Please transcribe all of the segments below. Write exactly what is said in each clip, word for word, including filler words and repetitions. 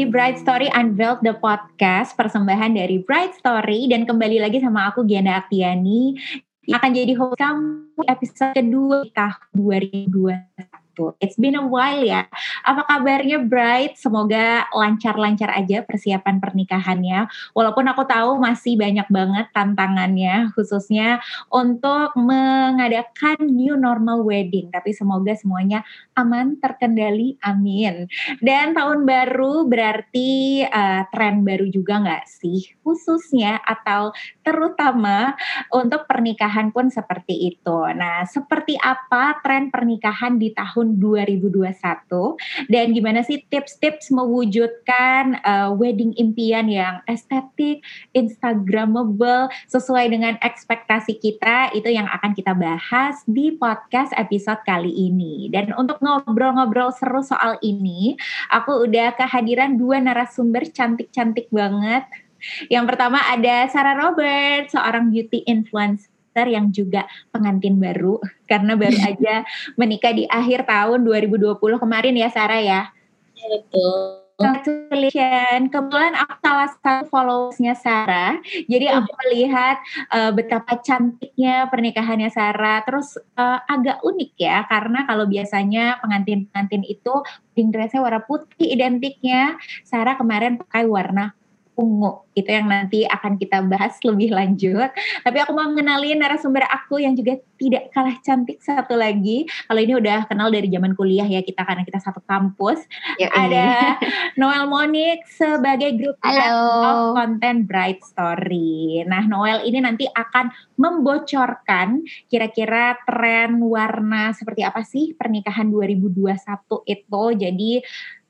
Bright Story Unveiled the Podcast, persembahan dari Bright Story, dan kembali lagi sama aku Gianda Aktiani yang akan jadi host kamu episode kedua di tahun dua ribu dua puluh satu. It's been a while ya. Apa kabarnya Bright? Semoga lancar-lancar aja persiapan pernikahannya. Walaupun aku tahu masih banyak banget tantangannya, khususnya untuk mengadakan new normal wedding. Tapi semoga semuanya aman, terkendali, amin. Dan tahun baru berarti uh, tren baru juga nggak sih? Khususnya atau terutama untuk pernikahan pun seperti itu. Nah, seperti apa tren pernikahan di tahun dua ribu dua puluh satu dan gimana sih tips-tips mewujudkan uh, wedding impian yang estetik, instagramable, sesuai dengan ekspektasi kita, itu yang akan kita bahas di podcast episode kali ini. Dan untuk ngobrol-ngobrol seru soal ini, aku udah kehadiran dua narasumber cantik-cantik banget. Yang pertama ada Sarah Robert, seorang beauty influencer yang juga pengantin baru karena baru aja menikah di akhir tahun dua ribu dua puluh kemarin ya Sarah ya. Ya betul. Congratulations. Kebetulan aku salah satu followersnya Sarah. Jadi aku melihat uh, betapa cantiknya pernikahannya Sarah. Terus uh, agak unik ya, karena kalau biasanya pengantin-pengantin itu wedding dress-nya warna putih identiknya. Sarah kemarin pakai warna ungu, itu yang nanti akan kita bahas lebih lanjut. Tapi aku mau mengenalin narasumber aku yang juga tidak kalah cantik satu lagi. Kalau ini udah kenal dari zaman kuliah ya kita, karena kita satu kampus. Ya, ada Noel Monique sebagai grup of content Bright Story. Nah, Noel ini nanti akan membocorkan kira-kira tren warna seperti apa sih pernikahan dua ribu dua puluh satu itu. Jadi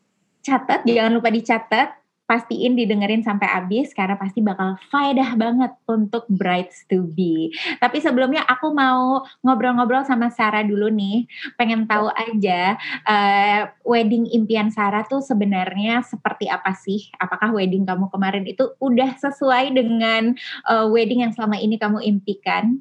catat, jangan lupa dicatat. Pastiin didengerin sampai habis karena pasti bakal faedah banget untuk brides to be. Tapi sebelumnya aku mau ngobrol-ngobrol sama Sarah dulu nih. Pengen tahu aja uh, wedding impian Sarah tuh sebenarnya seperti apa sih? Apakah wedding kamu kemarin itu udah sesuai dengan uh, wedding yang selama ini kamu impikan?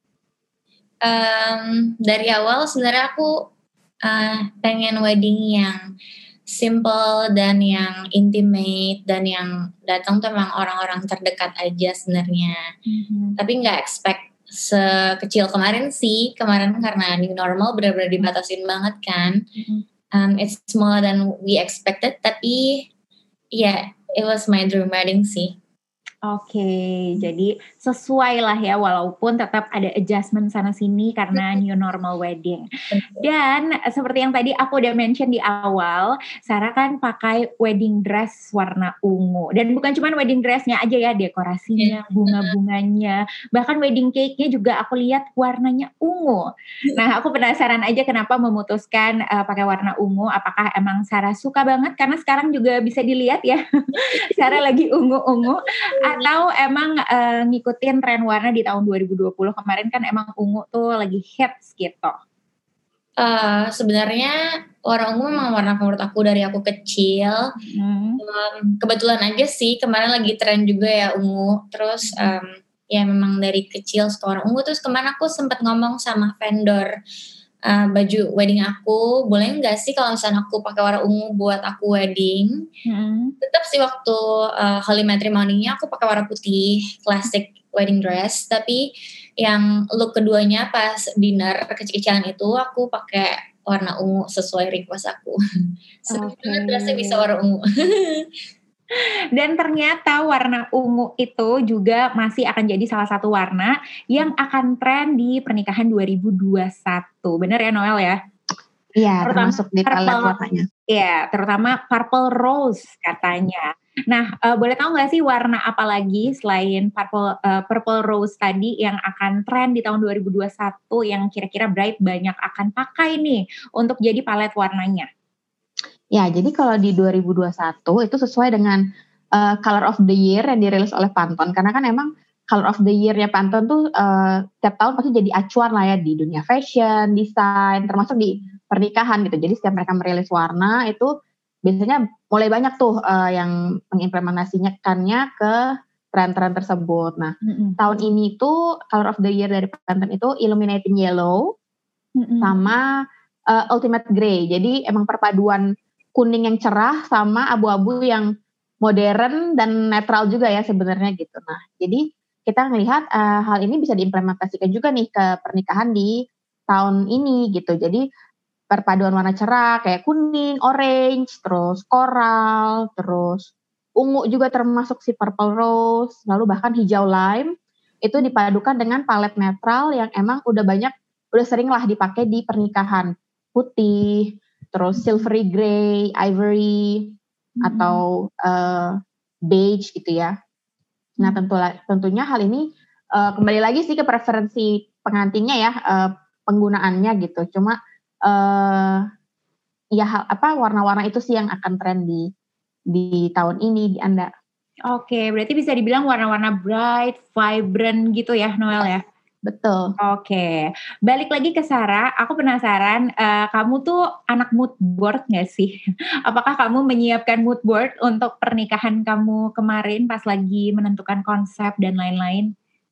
Um, dari awal sebenarnya aku uh, pengen wedding yang simple dan yang intimate dan yang datang tuh emang orang-orang terdekat aja sebenarnya. Mm-hmm. Tapi nggak expect sekecil kemarin sih. Kemarin karena new normal benar-benar dibatasin banget kan. Mm-hmm. Um, it's smaller than we expected. Tapi ya yeah, it was my dream wedding sih. Oke, okay, jadi sesuai lah ya, walaupun tetap ada adjustment sana-sini karena new normal wedding. Dan seperti yang tadi aku udah mention di awal, Sarah kan pakai wedding dress warna ungu. Dan bukan cuma wedding dressnya aja ya, dekorasinya, bunga-bunganya, bahkan wedding cake-nya juga aku lihat warnanya ungu. Nah, aku penasaran aja kenapa memutuskan uh, pakai warna ungu. Apakah emang Sarah suka banget? Karena sekarang juga bisa dilihat ya, Sarah lagi ungu-ungu. Atau emang uh, ngikutin tren warna di tahun dua ribu dua puluh kemarin kan emang ungu tuh lagi hits gitu. Uh, sebenarnya warna ungu memang warna favorit aku dari aku kecil. Hmm. Um, kebetulan aja sih kemarin lagi tren juga ya ungu. Terus um, ya memang dari kecil suka warna ungu. Terus kemarin aku sempat ngomong sama vendor uh, baju wedding aku, boleh nggak sih kalau misalnya aku pakai warna ungu buat aku wedding? Hmm. Tetap sih waktu uh, holy matrimony-nya aku pakai warna putih classic wedding dress, tapi yang look keduanya pas dinner kecil-kecilan itu aku pakai warna ungu sesuai request aku. Sebenarnya dressnya bisa warna ungu. Dan ternyata warna ungu itu juga masih akan jadi salah satu warna yang akan tren di pernikahan dua ribu dua puluh satu. Bener ya Noel ya? Iya, termasuk di palet warnanya. Iya, terutama purple rose katanya. Nah, uh, boleh tahu nggak sih warna apa lagi selain purple uh, purple rose tadi yang akan tren di tahun dua ribu dua puluh satu yang kira-kira Bright banyak akan pakai nih untuk jadi palet warnanya? Ya, jadi kalau di dua ribu dua puluh satu itu sesuai dengan uh, color of the year yang dirilis oleh Pantone, karena kan emang color of the year-nya Pantone tuh uh, tiap tahun pasti jadi acuan lah ya di dunia fashion, desain, termasuk di pernikahan gitu. Jadi setiap mereka merilis warna itu biasanya mulai banyak tuh uh, yang mengimplementasikannya ke tren-tren tersebut. Nah, mm-hmm. tahun ini tuh color of the year dari Pantone itu illuminating yellow mm-hmm. sama uh, ultimate gray. Jadi emang perpaduan kuning yang cerah sama abu-abu yang modern dan netral juga ya sebenarnya gitu. Nah, jadi kita melihat uh, hal ini bisa diimplementasikan juga nih ke pernikahan di tahun ini gitu. Jadi perpaduan warna cerah kayak kuning, orange, terus coral, terus ungu juga termasuk si purple rose, lalu bahkan hijau lime itu dipadukan dengan palet netral yang emang udah banyak, udah sering lah dipakai di pernikahan. Putih, terus silvery gray, ivory, hmm. atau uh, beige gitu ya. Nah tentu, tentunya hal ini uh, kembali lagi sih ke preferensi pengantinnya ya, uh, penggunaannya gitu. Cuma uh, ya hal, apa warna-warna itu sih yang akan tren di di tahun ini di Anda. Oke, berarti bisa dibilang warna-warna bright, vibrant gitu ya Noel ya? Betul. Oke, balik lagi ke Sarah, aku penasaran, uh, kamu tuh anak mood board gak sih? Apakah kamu menyiapkan mood board untuk pernikahan kamu kemarin pas lagi menentukan konsep dan lain-lain?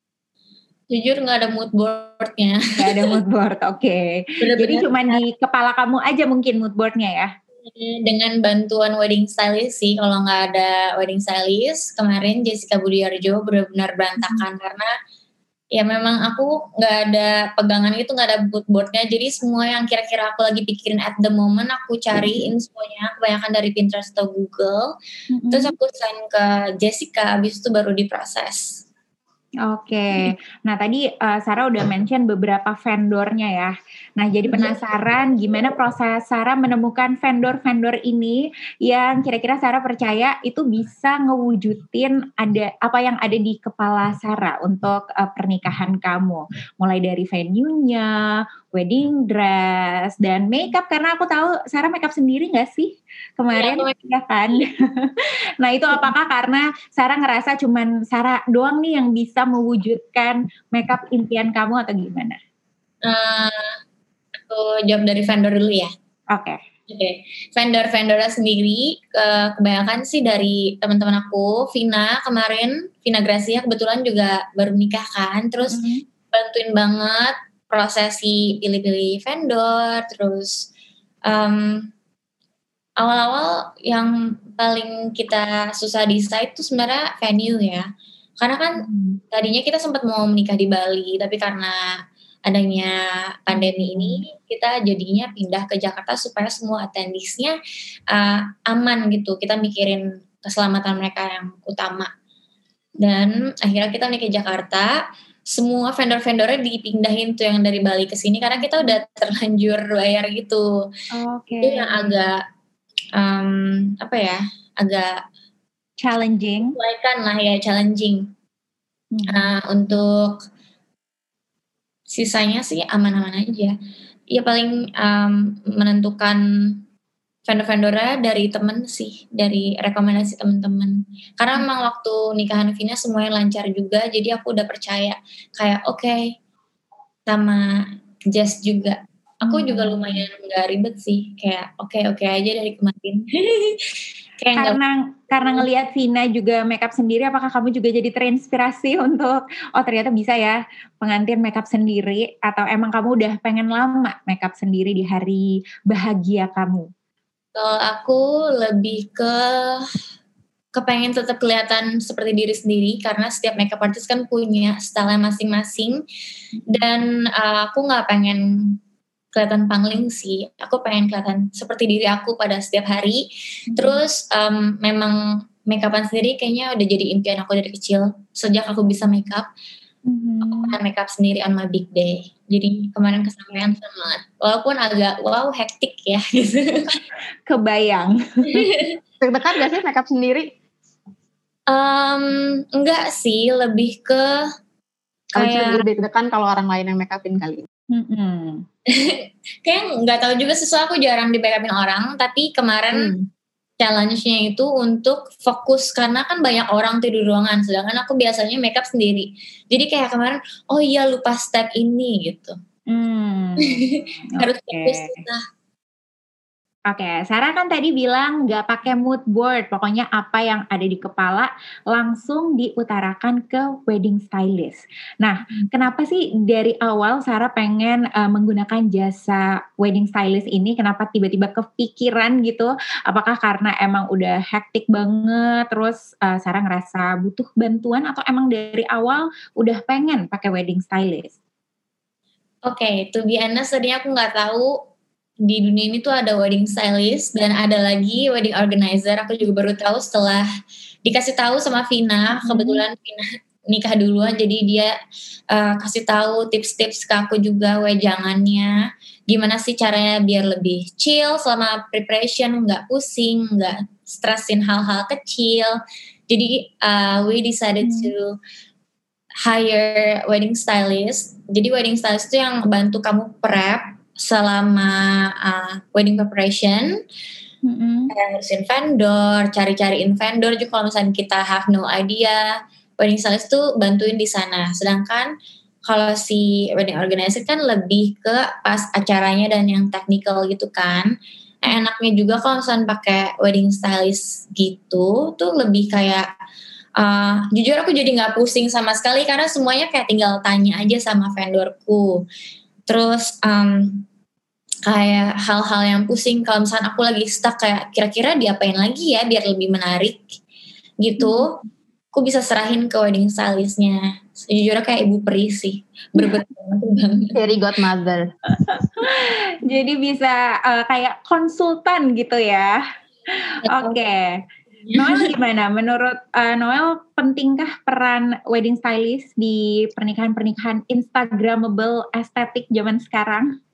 Jujur gak ada mood boardnya. Gak ada mood board, oke. Okay. Jadi cuma di kepala kamu aja mungkin mood boardnya ya? Dengan bantuan wedding stylist sih, kalau nggak ada wedding stylist kemarin Jessica Budiarjo benar-benar berantakan hmm. karena ya memang aku nggak ada pegangan itu, nggak ada mood boardnya, jadi semua yang kira-kira aku lagi pikirin at the moment aku cariin semuanya, kebanyakan dari Pinterest atau Google, hmm. terus aku send ke Jessica, abis itu baru diproses. Oke, okay. Nah tadi uh, Sarah udah mention beberapa vendornya ya. Nah jadi penasaran gimana proses Sarah menemukan vendor-vendor ini yang kira-kira Sarah percaya itu bisa ngewujudin ada apa yang ada di kepala Sarah untuk uh, pernikahan kamu. Mulai dari venue-nya, wedding dress, dan makeup, karena aku tahu Sarah makeup sendiri nggak sih kemarin, ya, ya kan? Nah itu apakah karena Sarah ngerasa cuman Sarah doang nih yang bisa mewujudkan makeup impian kamu atau gimana? Uh, aku jawab dari vendor dulu ya. Oke. Okay. Oke, okay. Vendor-vendornya sendiri ke, kebanyakan sih dari teman-teman aku. Vina kemarin, Vina Gracia kebetulan juga baru nikah kan, terus mm-hmm. bantuin banget prosesi pilih-pilih vendor, terus um, awal-awal yang paling kita susah decide tuh sebenarnya venue ya. Karena kan hmm. tadinya kita sempat mau menikah di Bali, tapi karena adanya pandemi ini, kita jadinya pindah ke Jakarta supaya semua attendees-nya uh, aman gitu. Kita mikirin keselamatan mereka yang utama. Dan akhirnya kita menikah di Jakarta, semua vendor-vendornya dipindahin tuh yang dari Bali ke sini, karena kita udah terlanjur bayar gitu. Oke. Itu yang agak um, apa ya, agak challenging. Kan lah ya, challenging. Hmm. Uh, untuk sisanya sih aman-aman aja. Ya paling um, menentukan vendor-vendornya dari temen sih, dari rekomendasi temen-temen. Karena memang hmm. waktu nikahan Vina semuanya lancar juga, jadi aku udah percaya kayak oke okay, sama Jess juga. Aku hmm. juga lumayan gak ribet sih, kayak oke-oke okay, aja dari kemarin. Kayak karena gak... karena ngelihat Vina juga makeup sendiri, apakah kamu juga jadi terinspirasi untuk oh ternyata bisa ya pengantin makeup sendiri, atau emang kamu udah pengen lama makeup sendiri di hari bahagia kamu? Kalau aku lebih ke kepengen tetap kelihatan seperti diri sendiri, karena setiap makeup artist kan punya style masing-masing, dan uh, aku nggak pengen kelihatan pangling sih, aku pengen kelihatan seperti diri aku pada setiap hari. Hmm. Terus um, memang makeupan sendiri kayaknya udah jadi impian aku dari kecil, sejak aku bisa makeup. Hmm. Aku pengen makeup sendiri on my big day. Jadi kemarin kesampaian banget, walaupun agak wow hektik ya gitu. Kebayang. Deg-degan gak sih makeup sendiri? Um, enggak sih, lebih ke kayak lebih deg-degan kalau orang lain yang makeupin kali. Mm-hmm. Kayak nggak tahu juga, sesuatu aku jarang di makeupin orang, tapi kemarin hmm. challenge-nya itu untuk fokus, karena kan banyak orang tuh di ruangan, sedangkan aku biasanya makeup sendiri. Jadi kayak kemarin, oh iya lupa step ini gitu. Hmm. Harus okay. fokus lah. Oke, Sarah kan tadi bilang nggak pakai mood board, pokoknya apa yang ada di kepala langsung diutarakan ke wedding stylist. Nah, kenapa sih dari awal Sarah pengen uh, menggunakan jasa wedding stylist ini? Kenapa tiba-tiba kepikiran gitu? Apakah karena emang udah hektik banget, terus uh, Sarah ngerasa butuh bantuan, atau emang dari awal udah pengen pakai wedding stylist? Oke, okay, to be honest, tadinya aku nggak tahu di dunia ini tuh ada wedding stylist dan ada lagi wedding organizer. Aku juga baru tahu setelah dikasih tahu sama Vina. Kebetulan Vina nikah duluan, jadi dia uh, kasih tahu tips-tips ke aku juga wejangannya. Gimana sih caranya biar lebih chill selama preparation, nggak pusing, nggak stresin hal-hal kecil. Jadi uh, we decided hmm. to hire wedding stylist. Jadi wedding stylist itu yang bantu kamu prep selama uh, wedding preparation, mm-hmm. ngurusin vendor, cari-cariin vendor juga kalau misalnya kita have no idea, wedding stylist tuh bantuin di sana. Sedangkan kalau si wedding organizer kan lebih ke pas acaranya dan yang technical gitu kan. Nah, enaknya juga kalau misalnya pakai wedding stylist gitu tuh lebih kayak uh, jujur aku jadi nggak pusing sama sekali karena semuanya kayak tinggal tanya aja sama vendorku. Terus um, kayak hal-hal yang pusing kalau misalnya aku lagi stuck kayak kira-kira diapain lagi ya biar lebih menarik gitu, aku bisa serahin ke wedding stylistnya. Sejujurnya kayak ibu peri sih, bener-bener banget. Fairy godmother. Jadi bisa uh, kayak konsultan gitu ya. Oke. Okay. Noel gimana? Menurut uh, Noel, pentingkah peran wedding stylist di pernikahan-pernikahan Instagramable estetik zaman sekarang?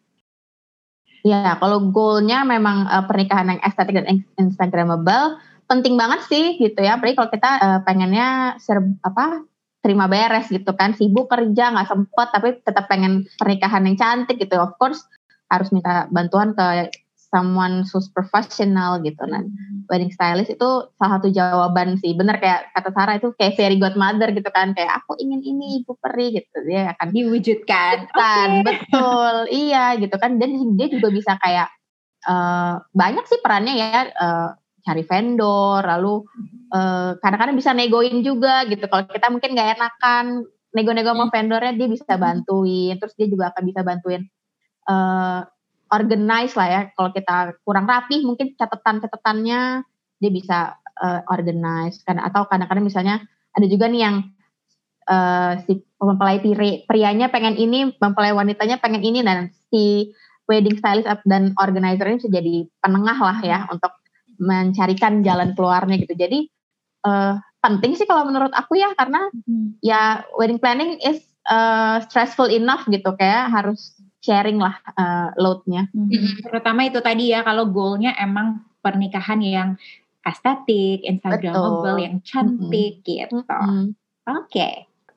Ya, kalau goalnya memang uh, pernikahan yang estetik dan Instagramable, penting banget sih gitu ya. Apalagi kalau kita uh, pengennya serb, apa terima beres gitu kan, sibuk kerja nggak sempet, tapi tetap pengen pernikahan yang cantik gitu. Of course harus minta bantuan ke someone who's professional gitu. Nah, wedding stylist itu salah satu jawaban sih. Bener kayak kata Sarah itu kayak fairy godmother gitu kan. Kayak aku ingin ini ibu peri gitu. Dia akan diwujudkan. Okay. Betul. Iya gitu kan. Dan dia juga bisa kayak uh, banyak sih perannya ya. Uh, cari vendor. Lalu uh, kadang-kadang bisa negoin juga gitu. Kalau kita mungkin gak enakan nego-nego sama vendornya, dia bisa bantuin. Terus dia juga akan bisa bantuin uh, organize lah ya, kalau kita kurang rapi mungkin catatan-catatannya dia bisa uh, organize kan, atau kadang-kadang misalnya ada juga nih yang uh, si mempelai prianya pengen ini, mempelai wanitanya pengen ini, dan si wedding stylist dan organizer ini bisa jadi penengah lah ya untuk mencarikan jalan keluarnya gitu. Jadi uh, penting sih kalau menurut aku ya, karena hmm. ya wedding planning is uh, stressful enough gitu, kayak harus sharing lah uh, load-nya. Mm-hmm. Terutama itu tadi ya, kalau goalnya emang pernikahan yang estetik, Instagramable, yang cantik mm-hmm. gitu. Mm-hmm. Oke. Okay.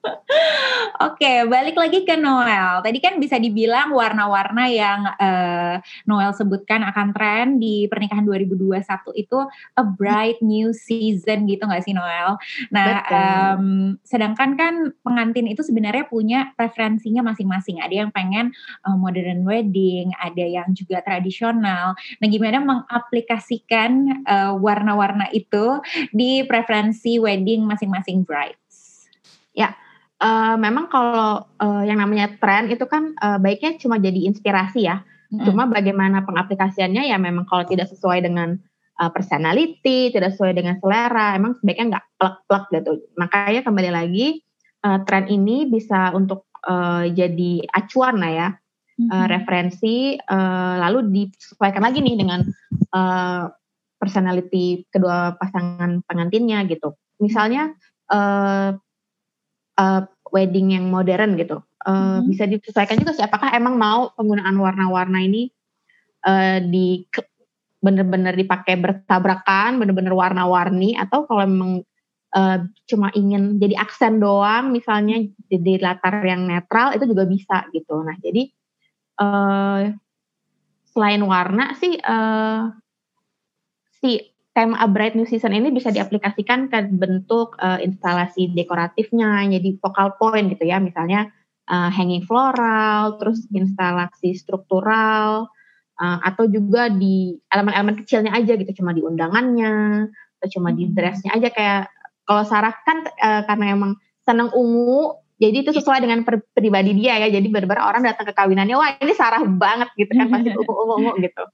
Oke, okay, balik lagi ke Noel. Tadi kan bisa dibilang warna-warna yang uh, Noel sebutkan akan tren di pernikahan dua ribu dua puluh satu itu a bright new season gitu gak sih Noel? Nah, um, sedangkan kan pengantin itu sebenarnya punya preferensinya masing-masing. Ada yang pengen uh, modern wedding, ada yang juga tradisional. Nah, gimana mengaplikasikan uh, warna-warna itu di preferensi wedding masing-masing brides? Ya. Uh, memang kalau uh, yang namanya tren itu kan uh, baiknya cuma jadi inspirasi ya. Mm. Cuma bagaimana pengaplikasiannya ya memang kalau tidak sesuai dengan uh, personality, tidak sesuai dengan selera, emang sebaiknya nggak plek-plek gitu. Makanya kembali lagi uh, tren ini bisa untuk uh, jadi acuan lah ya, mm-hmm. uh, referensi, uh, lalu disesuaikan lagi nih dengan uh, personality kedua pasangan pengantinnya gitu. Misalnya uh, Uh, wedding yang modern gitu, uh, hmm. bisa disesuaikan juga sih. Apakah emang mau penggunaan warna-warna ini uh, di bener-bener dipakai bertabrakan, bener-bener warna-warni, atau kalau memang uh, cuma ingin jadi aksen doang, misalnya di latar yang netral, itu juga bisa gitu. Nah, jadi uh, selain warna sih, uh, si tema A Bright New Season ini bisa diaplikasikan ke bentuk uh, instalasi dekoratifnya, jadi focal point gitu ya, misalnya uh, hanging floral, terus instalasi struktural, uh, atau juga di elemen-elemen kecilnya aja gitu, cuma di undangannya atau cuma di dressnya aja. Kayak kalau Sarah kan uh, karena emang seneng ungu, jadi itu sesuai dengan per- pribadi dia ya. Jadi benar-benar orang datang ke kawinannya, wah ini Sarah banget gitu kan, pasti ungu-ungu gitu.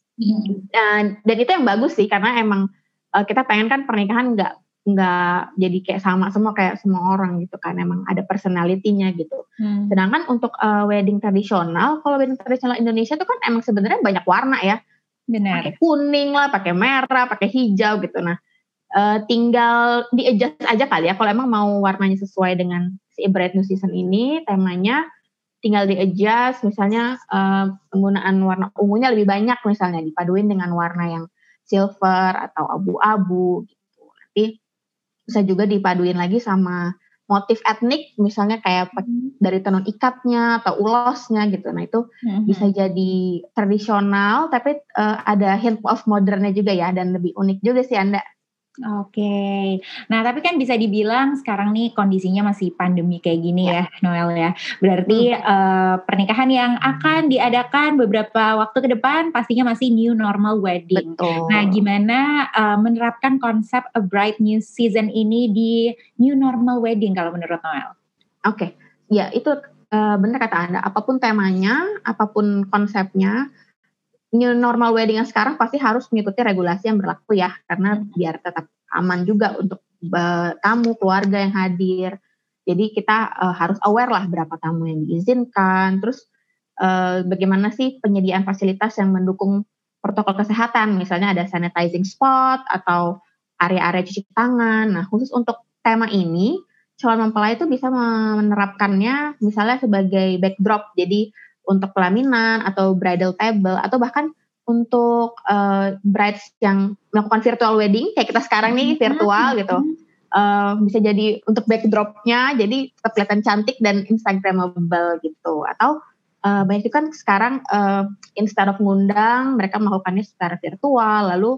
Dan, dan itu yang bagus sih, karena emang uh, kita pengen kan pernikahan nggak nggak jadi kayak sama semua kayak semua orang gitu kan, emang ada personality-nya gitu. Hmm. Sedangkan untuk uh, wedding tradisional, kalau wedding tradisional Indonesia itu kan emang sebenarnya banyak warna ya. Benar. Pakai kuning lah, pakai merah, pakai hijau gitu. Nah, uh, tinggal di adjust aja kali ya. Kalau emang mau warnanya sesuai dengan si Bright New Season ini, temanya tinggal di adjust. Misalnya uh, penggunaan warna ungunya lebih banyak, misalnya dipaduin dengan warna yang silver atau abu-abu gitu. Nanti bisa juga dipaduin lagi sama motif etnik, misalnya kayak hmm. dari tenun ikatnya atau ulosnya gitu. Nah itu hmm. bisa jadi tradisional, tapi uh, ada hint of modernnya juga ya, dan lebih unik juga sih Anda. Oke, okay. Nah tapi kan bisa dibilang sekarang nih kondisinya masih pandemi kayak gini ya, ya Noel ya. Berarti hmm. uh, pernikahan yang akan diadakan beberapa waktu ke depan pastinya masih new normal wedding. Betul. Nah gimana uh, menerapkan konsep A Bright New Season ini di new normal wedding kalau menurut Noel? Oke, okay. Ya itu uh, benar kata Anda. Apapun temanya, apapun konsepnya, new normal wedding yang sekarang pasti harus mengikuti regulasi yang berlaku ya, karena hmm. biar tetap aman juga untuk uh, tamu, keluarga yang hadir. Jadi kita uh, harus aware lah berapa tamu yang diizinkan, terus uh, bagaimana sih penyediaan fasilitas yang mendukung protokol kesehatan, misalnya ada sanitizing spot atau area-area cuci tangan. Nah khusus untuk tema ini, calon mempelai itu bisa menerapkannya misalnya sebagai backdrop, jadi untuk pelaminan atau bridal table atau bahkan untuk uh, brides yang melakukan virtual wedding kayak kita sekarang nih virtual gitu, uh, bisa jadi untuk backdropnya jadi tetap kelihatan cantik dan instagramable gitu. Atau uh, banyak itu kan sekarang uh, instead of ngundang mereka melakukannya secara virtual, lalu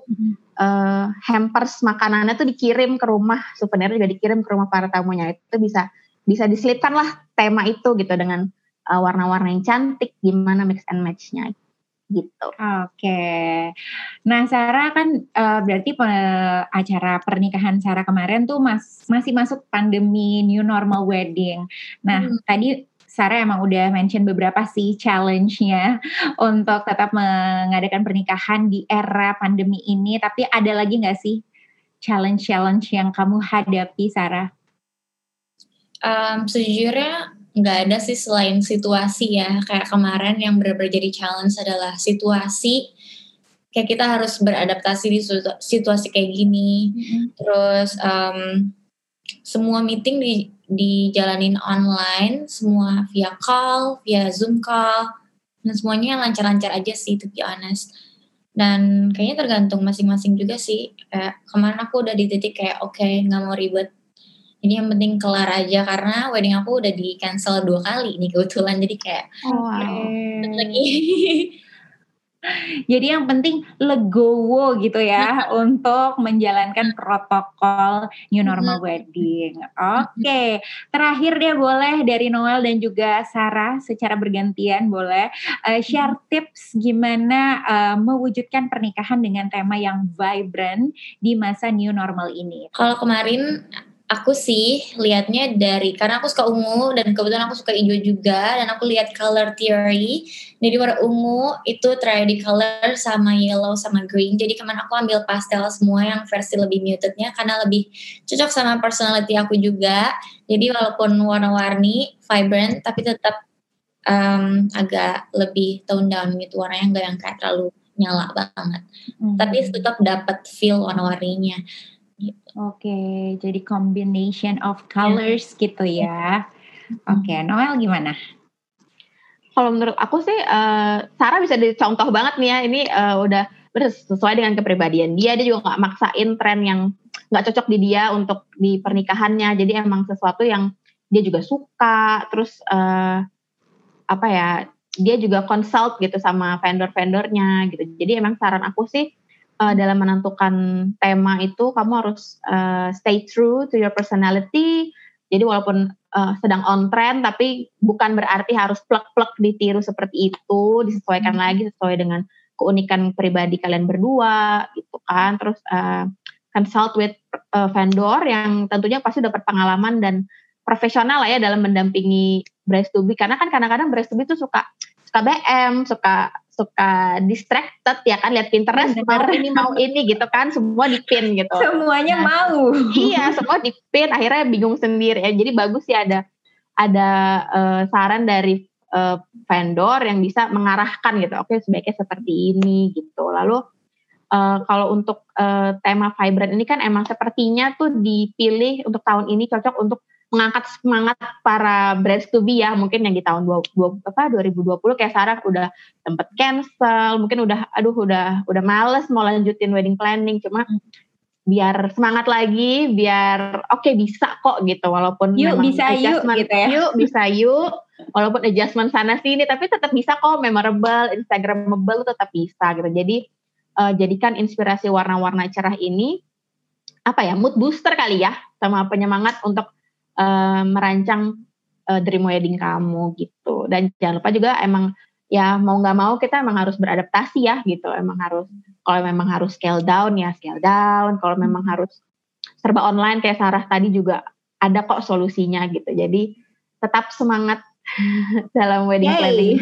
uh, hampers makanannya tuh dikirim ke rumah, souvenir juga dikirim ke rumah para tamunya. Itu bisa bisa diselipkan lah tema itu gitu dengan Uh, warna-warna yang cantik, gimana mix and match-nya gitu. Oke, okay. Nah Sarah kan uh, berarti pe- acara pernikahan Sarah kemarin tuh mas- masih masuk pandemi new normal wedding. Nah hmm. tadi Sarah emang udah mention beberapa sih challenge-nya untuk tetap mengadakan pernikahan di era pandemi ini, tapi ada lagi nggak sih challenge-challenge yang kamu hadapi Sarah? Um, sejujurnya nggak ada sih selain situasi ya. Kayak kemarin yang benar-benar jadi challenge adalah situasi. Kayak kita harus beradaptasi di situasi kayak gini. Mm-hmm. Terus um, semua meeting di, dijalanin online, semua via call, via Zoom call, dan semuanya lancar-lancar aja sih to be honest. Dan kayaknya tergantung masing-masing juga sih. Kayak kemarin aku udah di titik kayak oke okay, nggak mau ribet. Jadi yang penting kelar aja, karena wedding aku udah di cancel dua kali nih kebetulan, jadi kayak oh, wow. lagi. Jadi yang penting legowo gitu ya untuk menjalankan protokol new normal wedding. Oke, okay. Terakhir deh boleh dari Noel dan juga Sarah secara bergantian boleh uh, share tips gimana uh, mewujudkan pernikahan dengan tema yang vibrant di masa new normal ini. Kalau kemarin aku sih lihatnya dari, karena aku suka ungu dan kebetulan aku suka hijau juga, dan aku lihat color theory. Jadi warna ungu itu triady color sama yellow sama green. Jadi kemarin aku ambil pastel semua yang versi lebih mutednya karena lebih cocok sama personality aku juga. Jadi walaupun warna-warni vibrant tapi tetap um, agak lebih tone down gitu, warnanya enggak yang kayak terlalu nyala banget. Hmm. Tapi tetap dapat feel warna-warninya. Gitu. Oke, okay, jadi combination of colors yeah. gitu ya. Oke, okay, Noel gimana? Kalau menurut aku sih, uh, Sarah bisa dicontoh banget nih ya. Ini uh, udah sesuai dengan kepribadian dia. Dia juga nggak maksain tren yang nggak cocok di dia untuk di pernikahannya. Jadi emang sesuatu yang dia juga suka. Terus uh, apa ya? Dia juga consult gitu sama vendor-vendornya gitu. Jadi emang saran aku sih, Uh, dalam menentukan tema itu kamu harus uh, stay true to your personality. Jadi walaupun uh, sedang on trend, tapi bukan berarti harus plek-plek ditiru seperti itu, disesuaikan hmm. lagi sesuai dengan keunikan pribadi kalian berdua gitu kan. Terus uh, consult with uh, vendor yang tentunya pasti udah berpengalaman dan profesional lah ya dalam mendampingi brides to be, karena kan kadang-kadang brides to be tuh suka suka B M, suka suka distracted ya kan, lihat Pinterest Bener. mau ini mau ini gitu kan, semua dipin gitu. Semuanya nah, mau. Iya, semua dipin, akhirnya bingung sendiri ya. Jadi bagus sih ada ada uh, saran dari uh, vendor yang bisa mengarahkan gitu. Oke, sebaiknya seperti ini gitu. Lalu uh, kalau untuk uh, tema vibrant ini kan emang sepertinya tuh dipilih untuk tahun ini cocok untuk mengangkat semangat para brides to be ya, mungkin yang di tahun dua ribu dua puluh kayak Sarah udah sempet cancel, mungkin udah aduh udah udah males mau lanjutin wedding planning, cuma biar semangat lagi, biar oke okay, bisa kok gitu, walaupun yuk memang bisa yuk gitu ya, yuk bisa yuk, walaupun adjustment sana sini tapi tetap bisa kok, memorable, instagramable tetap bisa gitu. Jadi uh, jadikan inspirasi warna-warna cerah ini apa ya, mood booster kali ya, sama penyemangat untuk Uh, merancang uh, dream wedding kamu gitu. Dan jangan lupa juga emang ya mau nggak mau kita emang harus beradaptasi ya gitu. Emang harus, kalau memang harus scale down ya scale down. Kalau memang harus serba online kayak Sarah tadi juga ada kok solusinya gitu. Jadi tetap semangat dalam wedding Yay. planning.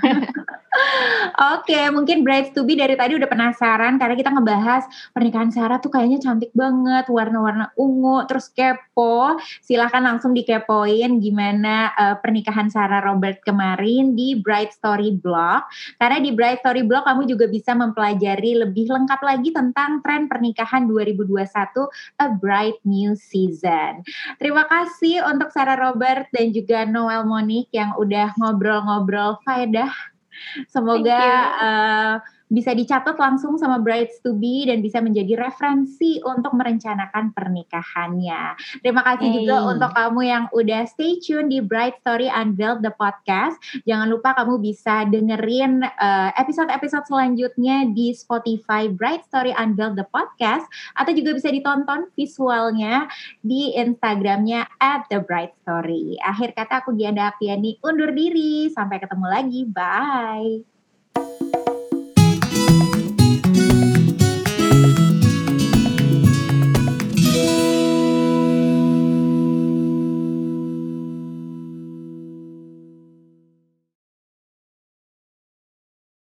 Oke, mungkin brides to be dari tadi udah penasaran karena kita ngebahas pernikahan Sarah tuh kayaknya cantik banget, warna-warna ungu, terus kepo. Silahkan langsung dikepoin gimana uh, pernikahan Sarah Robert kemarin di Bride Story Blog. Karena di Bride Story Blog kamu juga bisa mempelajari lebih lengkap lagi tentang tren pernikahan dua ribu dua puluh satu, A Bright New Season. Terima kasih untuk Sarah Robert dan juga Noel Monique yang udah ngobrol-ngobrol faedah. Semoga uh, bisa dicatat langsung sama brides to be dan bisa menjadi referensi untuk merencanakan pernikahannya. Terima kasih hey. juga untuk kamu yang udah stay tune di Bride Story Unveiled the podcast. Jangan lupa kamu bisa dengerin uh, episode-episode selanjutnya di Spotify Bride Story Unveiled the podcast, atau juga bisa ditonton visualnya di Instagramnya at the bride story. Akhir kata aku Gianda Aktiani undur diri. Sampai ketemu lagi. Bye.